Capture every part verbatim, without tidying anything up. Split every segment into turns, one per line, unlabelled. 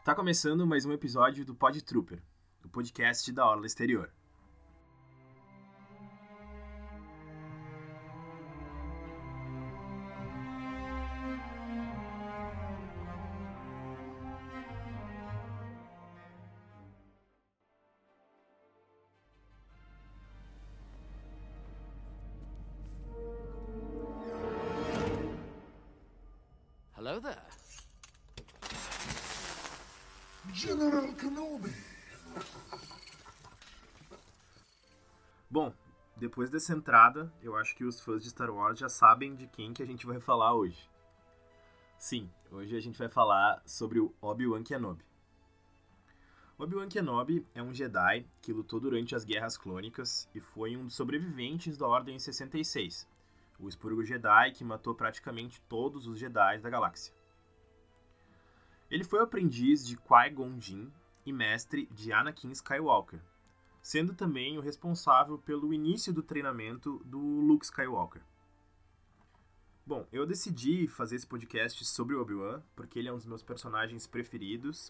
Tá começando mais um episódio do Pod Trooper, o podcast da Orla Exterior.
Hello there.
General Kenobi.
Bom, depois dessa entrada, eu acho que os fãs de Star Wars já sabem de quem que a gente vai falar hoje. Sim, hoje a gente vai falar sobre o Obi-Wan Kenobi. Obi-Wan Kenobi é um Jedi que lutou durante as Guerras Clônicas e foi um dos sobreviventes da Ordem sessenta e seis, o expurgo Jedi que matou praticamente todos os Jedi da galáxia. Ele foi aprendiz de Qui-Gon Jinn e mestre de Anakin Skywalker, sendo também o responsável pelo início do treinamento do Luke Skywalker. Bom, eu decidi fazer esse podcast sobre o Obi-Wan porque ele é um dos meus personagens preferidos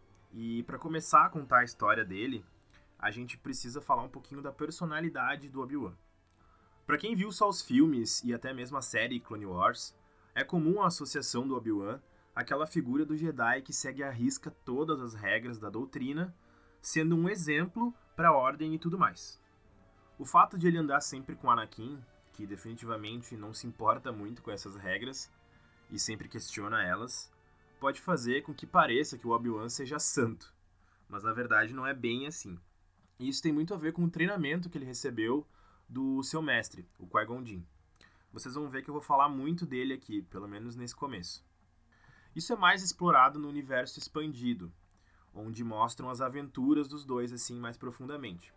e para começar a contar a história dele, a gente precisa falar um pouquinho da personalidade do Obi-Wan. Para quem viu só os filmes e até mesmo a série Clone Wars, é comum a associação do Obi-Wan àquela figura do Jedi que segue à risca todas as regras da doutrina, sendo um exemplo para a ordem e tudo mais. O fato de ele andar sempre com Anakin, que definitivamente não se importa muito com essas regras e sempre questiona elas, pode fazer com que pareça que o Obi-Wan seja santo, mas na verdade não é bem assim. E isso tem muito a ver com o treinamento que ele recebeu do seu mestre, o Qui-Gon Jinn. Vocês vão ver que eu vou falar muito dele aqui, pelo menos nesse começo. Isso é mais explorado no universo expandido, onde mostram as aventuras dos dois assim mais profundamente.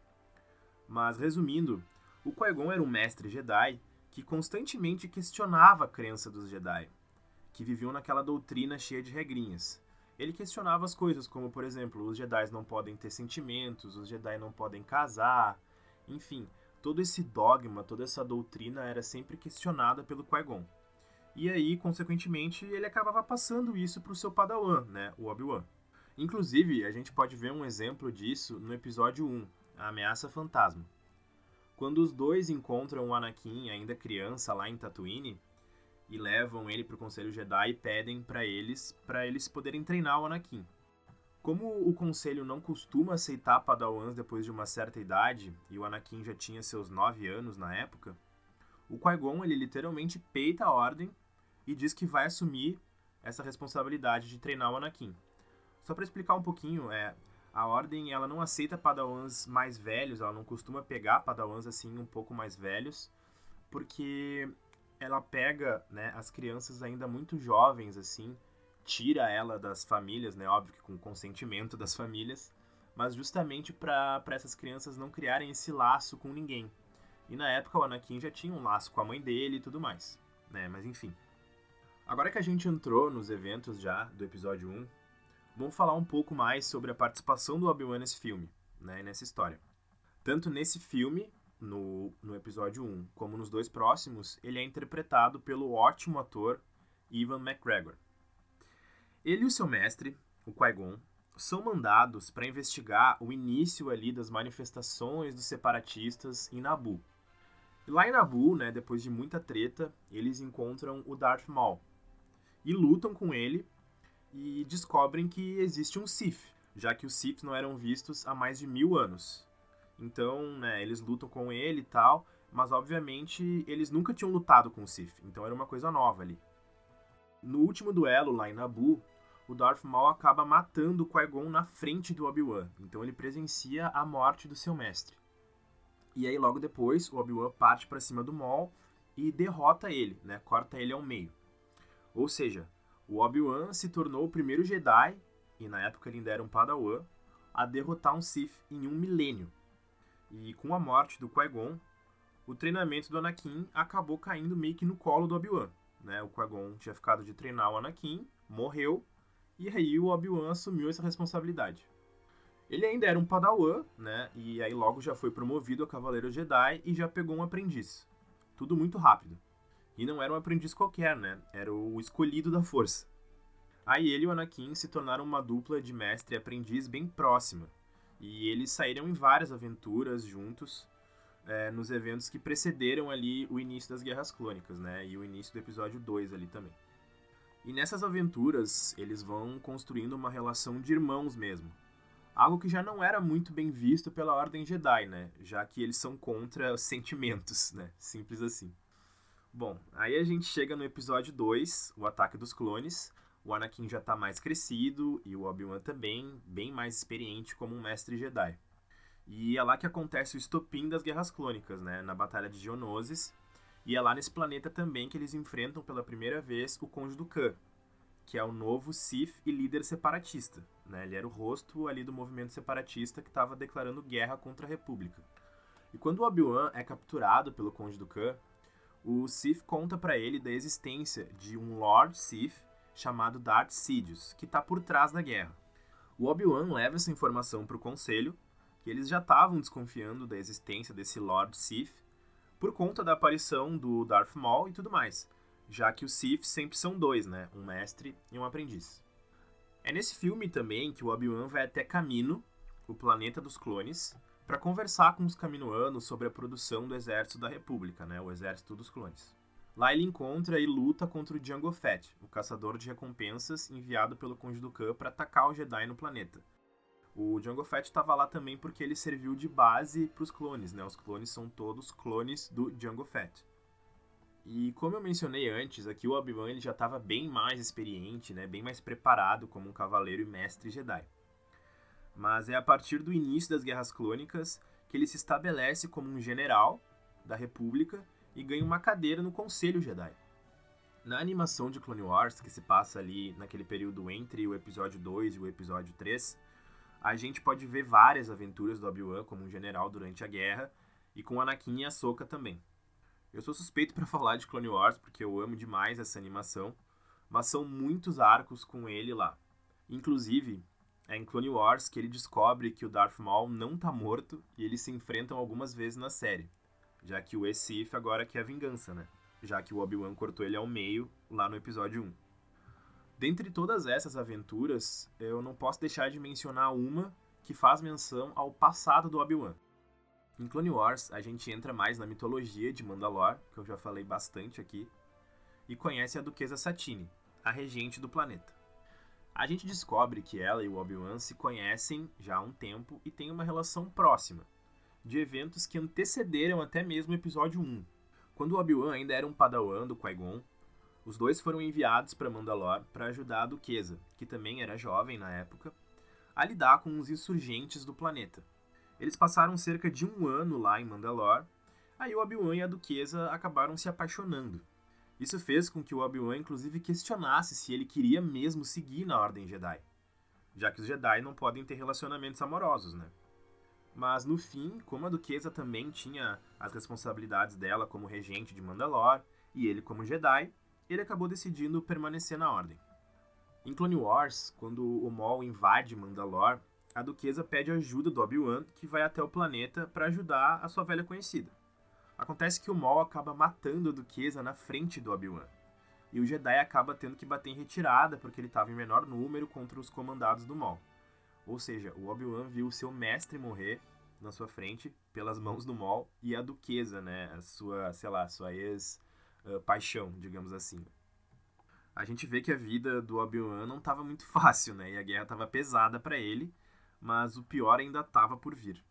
Mas resumindo, o Qui-Gon era um mestre Jedi que constantemente questionava a crença dos Jedi, que viviam naquela doutrina cheia de regrinhas. Ele questionava as coisas como, por exemplo, os Jedi não podem ter sentimentos, os Jedi não podem casar, enfim, todo esse dogma, toda essa doutrina era sempre questionada pelo Qui-Gon. E aí, consequentemente, ele acabava passando isso para o seu padawan, né, o Obi-Wan. Inclusive, a gente pode ver um exemplo disso no episódio um, A Ameaça Fantasma. Quando os dois encontram o Anakin, ainda criança, lá em Tatooine, e levam ele para o Conselho Jedi e pedem para eles, para eles poderem treinar o Anakin. Como o Conselho não costuma aceitar padawans depois de uma certa idade, e o Anakin já tinha seus nove anos na época, o Qui-Gon ele literalmente peita a ordem e diz que vai assumir essa responsabilidade de treinar o Anakin. Só para explicar um pouquinho, é, a ordem ela não aceita padawans mais velhos, ela não costuma pegar padawans assim um pouco mais velhos, porque ela pega, né, as crianças ainda muito jovens assim, tira ela das famílias, né, óbvio que com consentimento das famílias, mas justamente para essas crianças não criarem esse laço com ninguém. E na época o Anakin já tinha um laço com a mãe dele e tudo mais, né, mas enfim. Agora que a gente entrou nos eventos já do episódio um, vamos falar um pouco mais sobre a participação do Obi-Wan nesse filme, né, nessa história. Tanto nesse filme, no, no episódio um, como nos dois próximos, ele é interpretado pelo ótimo ator Ewan McGregor. Ele e o seu mestre, o Qui-Gon, são mandados para investigar o início ali das manifestações dos separatistas em Naboo. E lá em Naboo, né, depois de muita treta, eles encontram o Darth Maul e lutam com ele e descobrem que existe um Sith, já que os Sith não eram vistos há mais de mil anos. Então, né, eles lutam com ele e tal, mas obviamente eles nunca tinham lutado com o Sith, então era uma coisa nova ali. No último duelo lá em Naboo, o Darth Maul acaba matando o Qui-Gon na frente do Obi-Wan, então ele presencia a morte do seu mestre. E aí logo depois o Obi-Wan parte para cima do Maul e derrota ele, né, corta ele ao meio. Ou seja, o Obi-Wan se tornou o primeiro Jedi, e na época ele ainda era um Padawan, a derrotar um Sith em um milênio. E com a morte do Qui-Gon, o treinamento do Anakin acabou caindo meio que no colo do Obi-Wan. Né? O Qui-Gon tinha ficado de treinar o Anakin, morreu, e aí o Obi-Wan assumiu essa responsabilidade. Ele ainda era um Padawan, né? E aí logo já foi promovido a Cavaleiro Jedi e já pegou um aprendiz. Tudo muito rápido. E não era um aprendiz qualquer, né? Era o escolhido da força. Aí ele e o Anakin se tornaram uma dupla de mestre e aprendiz bem próxima, e eles saíram em várias aventuras juntos, é, nos eventos que precederam ali o início das Guerras Clônicas, né, e o início do episódio dois ali também. E nessas aventuras, eles vão construindo uma relação de irmãos mesmo, algo que já não era muito bem visto pela Ordem Jedi, né, já que eles são contra os sentimentos, né, simples assim. Bom, aí a gente chega no episódio dois, o Ataque dos Clones. O Anakin já tá mais crescido e o Obi-Wan também, bem mais experiente como um mestre Jedi. E é lá que acontece o estopim das Guerras Clônicas, né, na Batalha de Geonosis. E é lá nesse planeta também que eles enfrentam pela primeira vez o Conde Dooku, que é o novo Sith e líder separatista, né? Ele era o rosto ali do movimento separatista que estava declarando guerra contra a República. E quando o Obi-Wan é capturado pelo Conde Dooku, o Sith conta para ele da existência de um Lord Sith chamado Darth Sidious, que está por trás da guerra. O Obi-Wan leva essa informação para o Conselho, que eles já estavam desconfiando da existência desse Lord Sith por conta da aparição do Darth Maul e tudo mais, já que os Sith sempre são dois, né? Um mestre e um aprendiz. É nesse filme também que o Obi-Wan vai até Kamino, o planeta dos clones, para conversar com os Kaminoanos sobre a produção do Exército da República, né? O Exército dos Clones. Lá ele encontra e luta contra o Jango Fett, o caçador de recompensas enviado pelo Conde Dooku para atacar os Jedi no planeta. O Jango Fett estava lá também porque ele serviu de base para os clones, né? Os clones são todos clones do Jango Fett. E como eu mencionei antes, aqui o Obi-Wan ele já estava bem mais experiente, né? Bem mais preparado como um cavaleiro e mestre Jedi. Mas é a partir do início das Guerras Clônicas que ele se estabelece como um general da República e ganha uma cadeira no Conselho Jedi. Na animação de Clone Wars, que se passa ali naquele período entre o episódio dois e o episódio três, a gente pode ver várias aventuras do Obi-Wan como um general durante a guerra, e com Anakin e Ahsoka também. Eu sou suspeito para falar de Clone Wars porque eu amo demais essa animação, mas são muitos arcos com ele lá. Inclusive, é em Clone Wars que ele descobre que o Darth Maul não tá morto e eles se enfrentam algumas vezes na série, já que o ex-Sith agora quer vingança, né? Já que o Obi-Wan cortou ele ao meio lá no episódio um. Dentre todas essas aventuras, eu não posso deixar de mencionar uma que faz menção ao passado do Obi-Wan. Em Clone Wars, a gente entra mais na mitologia de Mandalore, que eu já falei bastante aqui, e conhece a Duquesa Satine, a regente do planeta. A gente descobre que ela e o Obi-Wan se conhecem já há um tempo e têm uma relação próxima, de eventos que antecederam até mesmo o episódio um. Quando o Obi-Wan ainda era um padawan do Qui-Gon, os dois foram enviados para Mandalore para ajudar a Duquesa, que também era jovem na época, a lidar com os insurgentes do planeta. Eles passaram cerca de um ano lá em Mandalore, aí o Obi-Wan e a Duquesa acabaram se apaixonando. Isso fez com que o Obi-Wan inclusive questionasse se ele queria mesmo seguir na Ordem Jedi, já que os Jedi não podem ter relacionamentos amorosos, né? Mas no fim, como a Duquesa também tinha as responsabilidades dela como regente de Mandalore e ele como Jedi, ele acabou decidindo permanecer na Ordem. Em Clone Wars, quando o Maul invade Mandalore, a Duquesa pede ajuda do Obi-Wan, que vai até o planeta para ajudar a sua velha conhecida. Acontece que o Maul acaba matando a Duquesa na frente do Obi-Wan, e o Jedi acaba tendo que bater em retirada porque ele estava em menor número contra os comandados do Maul. Ou seja, o Obi-Wan viu o seu mestre morrer na sua frente pelas mãos do Maul e a Duquesa, né, a sua, sei lá, sua ex-paixão, digamos assim. A gente vê que a vida do Obi-Wan não estava muito fácil, né, e a guerra estava pesada para ele, mas o pior ainda estava por vir.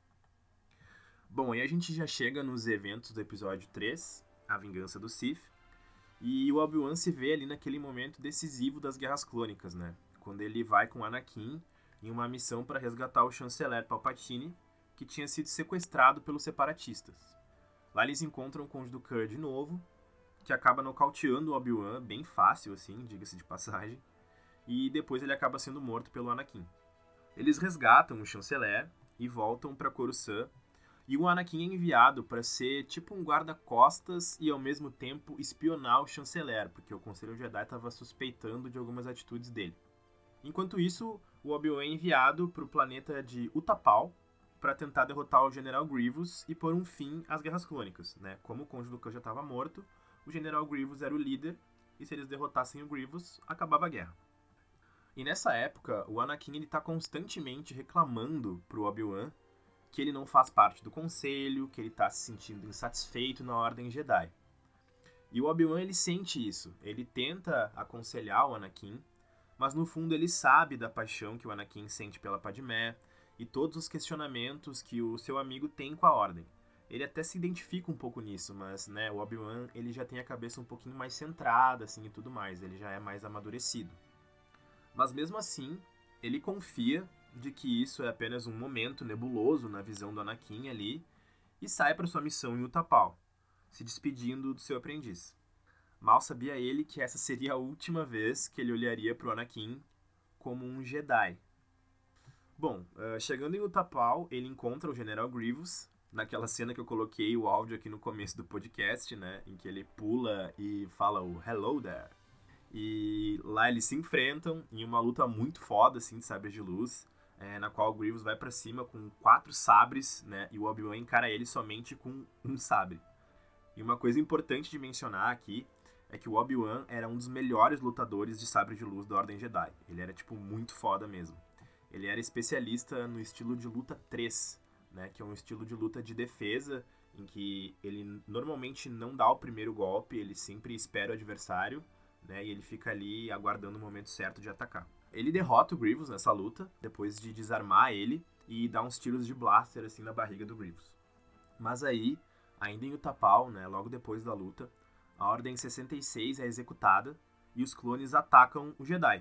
Bom, aí a gente já chega nos eventos do episódio três, A Vingança do Sith, e o Obi-Wan se vê ali naquele momento decisivo das Guerras Clônicas, né, quando ele vai com Anakin em uma missão para resgatar o chanceler Palpatine, que tinha sido sequestrado pelos separatistas. Lá eles encontram o Conde Dooku de novo, que acaba nocauteando o Obi-Wan, bem fácil assim, diga-se de passagem, e depois ele acaba sendo morto pelo Anakin. Eles resgatam o chanceler e voltam para Coruscant, e o Anakin é enviado para ser tipo um guarda-costas e ao mesmo tempo espionar o chanceler, porque o Conselho Jedi estava suspeitando de algumas atitudes dele. Enquanto isso, o Obi-Wan é enviado para o planeta de Utapau para tentar derrotar o General Grievous e pôr um fim às Guerras Clônicas, né? Como o Conde Dooku já estava morto, o General Grievous era o líder, e se eles derrotassem o Grievous, acabava a guerra. E nessa época, o Anakin ele tá constantemente reclamando pro Obi-Wan que ele não faz parte do conselho, que ele tá se sentindo insatisfeito na Ordem Jedi. E o Obi-Wan ele sente isso, ele tenta aconselhar o Anakin, mas no fundo ele sabe da paixão que o Anakin sente pela Padmé e todos os questionamentos que o seu amigo tem com a Ordem. Ele até se identifica um pouco nisso, mas né, o Obi-Wan ele já tem a cabeça um pouquinho mais centrada assim, e tudo mais, ele já é mais amadurecido. Mas mesmo assim, ele confia de que isso é apenas um momento nebuloso na visão do Anakin ali e sai para sua missão em Utapau, se despedindo do seu aprendiz. Mal sabia ele que essa seria a última vez que ele olharia para o Anakin como um Jedi. Bom, uh, chegando em Utapau, ele encontra o General Grievous, naquela cena que eu coloquei o áudio aqui no começo do podcast, né, em que ele pula e fala o Hello there. E lá eles se enfrentam em uma luta muito foda, assim, de sabres de luz, é, na qual o Grievous vai pra cima com quatro sabres, né, e o Obi-Wan encara ele somente com um sabre. E uma coisa importante de mencionar aqui é que o Obi-Wan era um dos melhores lutadores de sabre de luz da Ordem Jedi. Ele era, tipo, muito foda mesmo. Ele era especialista no estilo de luta três, né, que é um estilo de luta de defesa, em que ele normalmente não dá o primeiro golpe, ele sempre espera o adversário, né, e ele fica ali aguardando o momento certo de atacar. Ele derrota o Grievous nessa luta, depois de desarmar ele e dar uns tiros de blaster assim na barriga do Grievous. Mas aí, ainda em Utapau, né, logo depois da luta, a Ordem sessenta e seis é executada e os clones atacam o Jedi.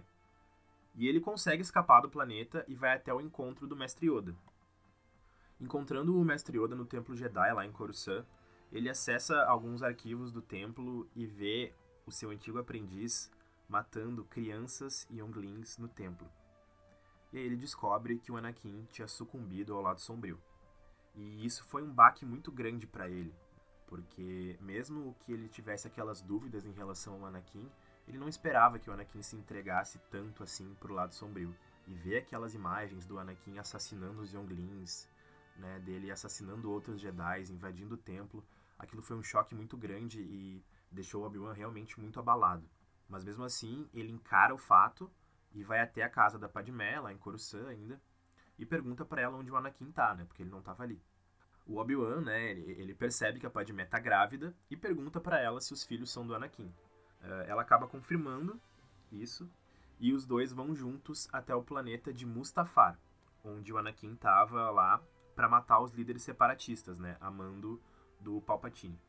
E ele consegue escapar do planeta e vai até o encontro do Mestre Yoda. Encontrando o Mestre Yoda no Templo Jedi, lá em Coruscant, ele acessa alguns arquivos do templo e vê o seu antigo aprendiz matando crianças e younglings no templo. E aí ele descobre que o Anakin tinha sucumbido ao lado sombrio. E isso foi um baque muito grande para ele, porque mesmo que ele tivesse aquelas dúvidas em relação ao Anakin, ele não esperava que o Anakin se entregasse tanto assim pro lado sombrio. E ver aquelas imagens do Anakin assassinando os younglings, né, dele assassinando outros Jedi, invadindo o templo, aquilo foi um choque muito grande e deixou o Obi-Wan realmente muito abalado. Mas mesmo assim, ele encara o fato e vai até a casa da Padmé, lá em Coruscant ainda, e pergunta pra ela onde o Anakin tá, né, porque ele não tava ali. O Obi-Wan, né, ele, ele percebe que a Padmé tá grávida e pergunta pra ela se os filhos são do Anakin. Uh, ela acaba confirmando isso e os dois vão juntos até o planeta de Mustafar, onde o Anakin tava lá pra matar os líderes separatistas, né, a mando do Palpatine.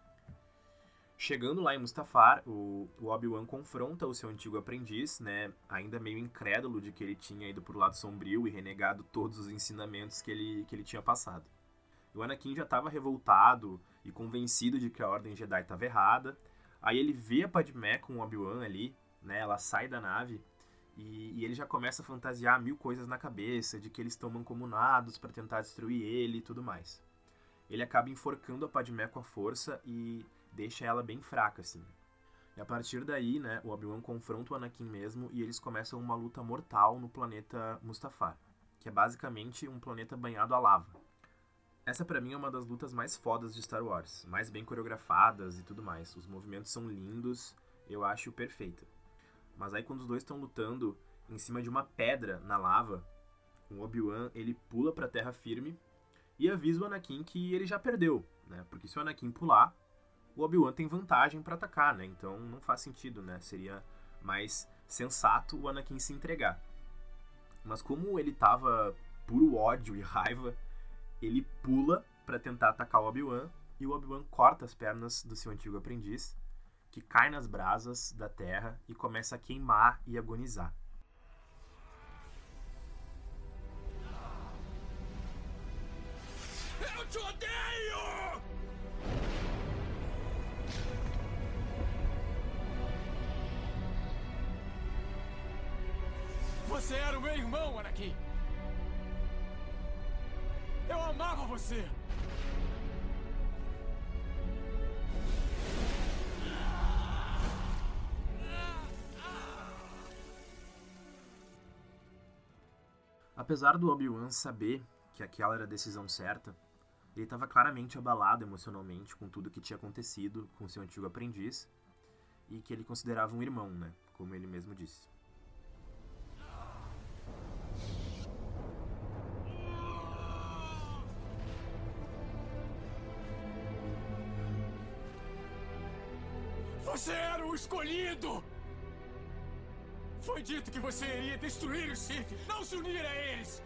Chegando lá em Mustafar, o, o Obi-Wan confronta o seu antigo aprendiz, né, ainda meio incrédulo de que ele tinha ido pro lado sombrio e renegado todos os ensinamentos que ele, que ele tinha passado. O Anakin já estava revoltado e convencido de que a Ordem Jedi estava errada. Aí ele vê a Padmé com o Obi-Wan ali, né, ela sai da nave e, e ele já começa a fantasiar mil coisas na cabeça, de que eles estão mancomunados para tentar destruir ele e tudo mais. Ele acaba enforcando a Padmé com a força e deixa ela bem fraca, assim. E a partir daí, né, o Obi-Wan confronta o Anakin mesmo e eles começam uma luta mortal no planeta Mustafar, que é basicamente um planeta banhado a lava. Essa pra mim é uma das lutas mais fodas de Star Wars, mais bem coreografadas e tudo mais. Os movimentos são lindos, eu acho perfeita. Mas aí quando os dois estão lutando em cima de uma pedra na lava, o Obi-Wan ele pula pra terra firme e avisa o Anakin que ele já perdeu, né? Porque se o Anakin pular, o Obi-Wan tem vantagem pra atacar, né? Então não faz sentido, né? Seria mais sensato o Anakin se entregar. Mas como ele tava puro ódio e raiva, ele pula pra tentar atacar o Obi-Wan e o Obi-Wan corta as pernas do seu antigo aprendiz, que cai nas brasas da terra e começa a queimar e agonizar.
Eu te odeio! Você era o meu irmão, Anakin! Eu amava você!
Apesar do Obi-Wan saber que aquela era a decisão certa, ele estava claramente abalado emocionalmente com tudo que tinha acontecido com seu antigo aprendiz e que ele considerava um irmão, né? Como ele mesmo disse.
Você era o escolhido! Foi dito que você iria destruir o Sith, não se unir a eles!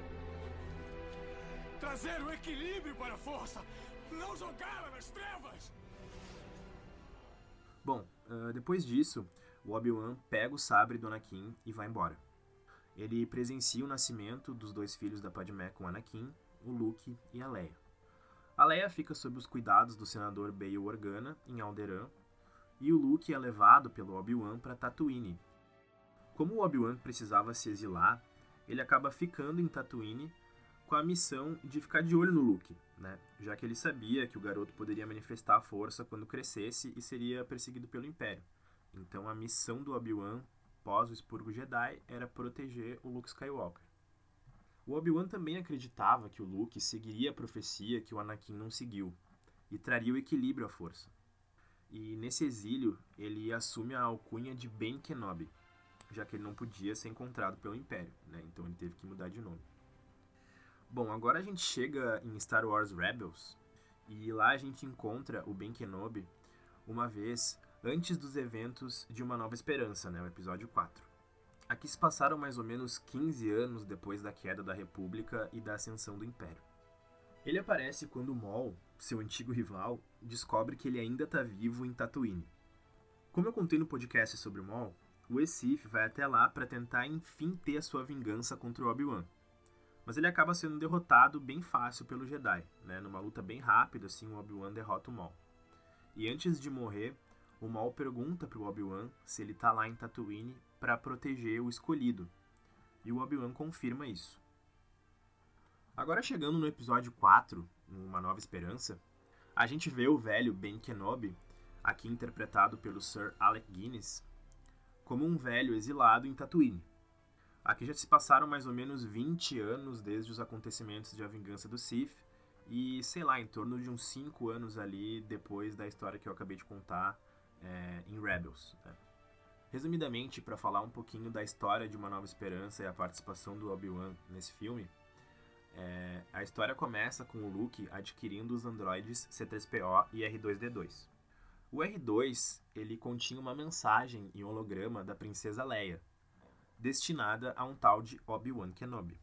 Trazer o equilíbrio para a força, não jogá-la nas trevas!
Bom, uh, depois disso, o Obi-Wan pega o sabre do Anakin e vai embora. Ele presencia o nascimento dos dois filhos da Padmé com Anakin, o Luke e a Leia. A Leia fica sob os cuidados do senador Bail Organa, em Alderaan, e o Luke é levado pelo Obi-Wan para Tatooine. Como o Obi-Wan precisava se exilar, ele acaba ficando em Tatooine com a missão de ficar de olho no Luke, né? Já que ele sabia que o garoto poderia manifestar a força quando crescesse e seria perseguido pelo Império. Então a missão do Obi-Wan pós o expurgo Jedi era proteger o Luke Skywalker. O Obi-Wan também acreditava que o Luke seguiria a profecia que o Anakin não seguiu e traria o equilíbrio à força. E nesse exílio ele assume a alcunha de Ben Kenobi, já que ele não podia ser encontrado pelo Império, né? Então ele teve que mudar de nome. Bom, agora a gente chega em Star Wars Rebels e lá a gente encontra o Ben Kenobi uma vez antes dos eventos de Uma Nova Esperança, né, o episódio quatro. Aqui se passaram mais ou menos quinze anos depois da queda da República e da ascensão do Império. Ele aparece quando Maul, seu antigo rival, descobre que ele ainda está vivo em Tatooine. Como eu contei no podcast sobre o Maul, o E-Sith vai até lá para tentar enfim ter a sua vingança contra o Obi-Wan. Mas ele acaba sendo derrotado bem fácil pelo Jedi, né? Numa luta bem rápida, assim, o Obi-Wan derrota o Maul. E antes de morrer, o Maul pergunta pro Obi-Wan se ele tá lá em Tatooine para proteger o escolhido. E o Obi-Wan confirma isso. Agora chegando no episódio quatro, Uma Nova Esperança, a gente vê o velho Ben Kenobi, aqui interpretado pelo Sir Alec Guinness, como um velho exilado em Tatooine. Aqui já se passaram mais ou menos vinte anos desde os acontecimentos de A Vingança do Sith e, sei lá, em torno de uns cinco anos ali depois da história que eu acabei de contar é, em Rebels. Né? Resumidamente, para falar um pouquinho da história de Uma Nova Esperança e a participação do Obi-Wan nesse filme, é, a história começa com o Luke adquirindo os androides C três P O e R dois D dois. O R dois ele continha uma mensagem em holograma da princesa Leia, destinada a um tal de Obi-Wan Kenobi.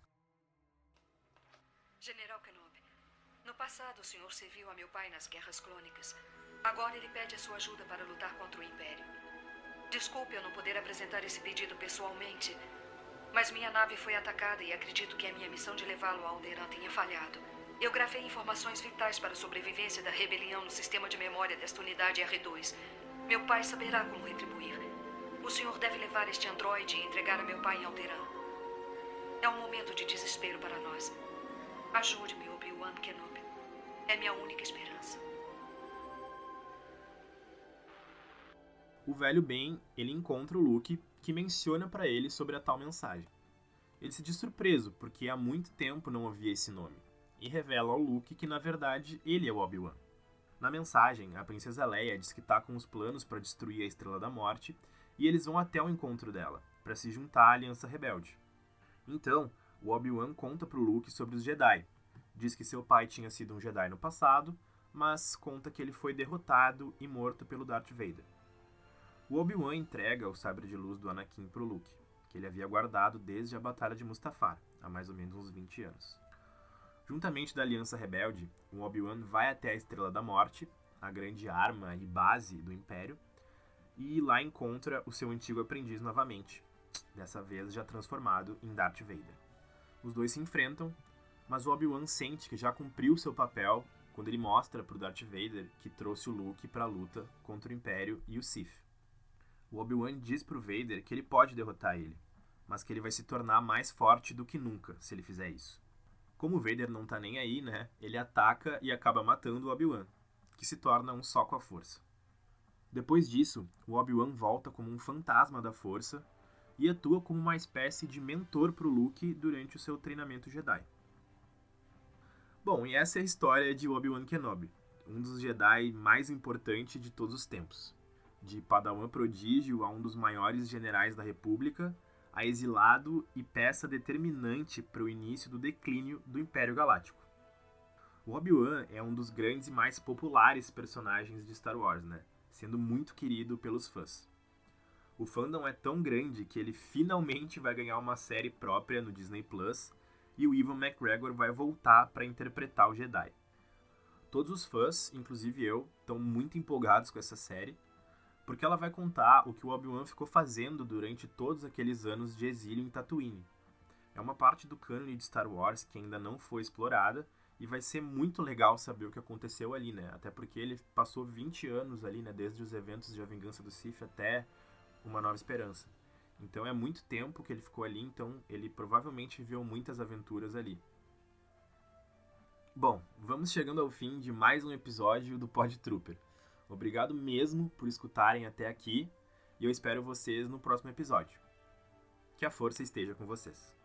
General Kenobi, no passado o senhor serviu a meu pai nas guerras clônicas. Agora ele pede a sua ajuda para lutar contra o Império. Desculpe eu não poder apresentar esse pedido pessoalmente, mas minha nave foi atacada e acredito que a minha missão de levá-lo a Alderaan tenha falhado. Eu gravei informações vitais para a sobrevivência da rebelião no sistema de memória desta unidade R dois. Meu pai saberá como retribuir. O senhor deve levar este androide e entregar a meu pai em Alderaan. É um momento de desespero para nós. Ajude-me, Obi-Wan Kenobi. É minha única esperança.
O velho Ben, ele encontra o Luke, que menciona para ele sobre a tal mensagem. Ele se diz surpreso, porque há muito tempo não ouvia esse nome, e revela ao Luke que, na verdade, ele é o Obi-Wan. Na mensagem, a princesa Leia diz que está com os planos para destruir a Estrela da Morte, e eles vão até o encontro dela, para se juntar à Aliança Rebelde. Então, o Obi-Wan conta para o Luke sobre os Jedi. Diz que seu pai tinha sido um Jedi no passado, mas conta que ele foi derrotado e morto pelo Darth Vader. O Obi-Wan entrega o sabre de luz do Anakin para o Luke, que ele havia guardado desde a Batalha de Mustafar, há mais ou menos uns vinte anos. Juntamente da Aliança Rebelde, o Obi-Wan vai até a Estrela da Morte, a grande arma e base do Império, e lá encontra o seu antigo aprendiz novamente, dessa vez já transformado em Darth Vader. Os dois se enfrentam, mas o Obi-Wan sente que já cumpriu seu papel quando ele mostra para o Darth Vader que trouxe o Luke para a luta contra o Império e o Sith. O Obi-Wan diz para o Vader que ele pode derrotar ele, mas que ele vai se tornar mais forte do que nunca se ele fizer isso. Como o Vader não tá nem aí, né, ele ataca e acaba matando o Obi-Wan, que se torna um só com a força. Depois disso, o Obi-Wan volta como um fantasma da força e atua como uma espécie de mentor para o Luke durante o seu treinamento Jedi. Bom, e essa é a história de Obi-Wan Kenobi, um dos Jedi mais importantes de todos os tempos. De Padawan prodígio a um dos maiores generais da República, a exilado e peça determinante para o início do declínio do Império Galáctico. O Obi-Wan é um dos grandes e mais populares personagens de Star Wars, né? sendo muito querido pelos fãs. O fandom é tão grande que ele finalmente vai ganhar uma série própria no Disney Plus e o Ewan McGregor vai voltar para interpretar o Jedi. Todos os fãs, inclusive eu, estão muito empolgados com essa série, porque ela vai contar o que o Obi-Wan ficou fazendo durante todos aqueles anos de exílio em Tatooine. É uma parte do cânone de Star Wars que ainda não foi explorada e vai ser muito legal saber o que aconteceu ali, né? Até porque ele passou vinte anos ali, né? Desde os eventos de A Vingança do Sith até Uma Nova Esperança. Então é muito tempo que ele ficou ali, então ele provavelmente viveu muitas aventuras ali. Bom, vamos chegando ao fim de mais um episódio do Pod Trooper. Obrigado mesmo por escutarem até aqui e eu espero vocês no próximo episódio. Que a força esteja com vocês.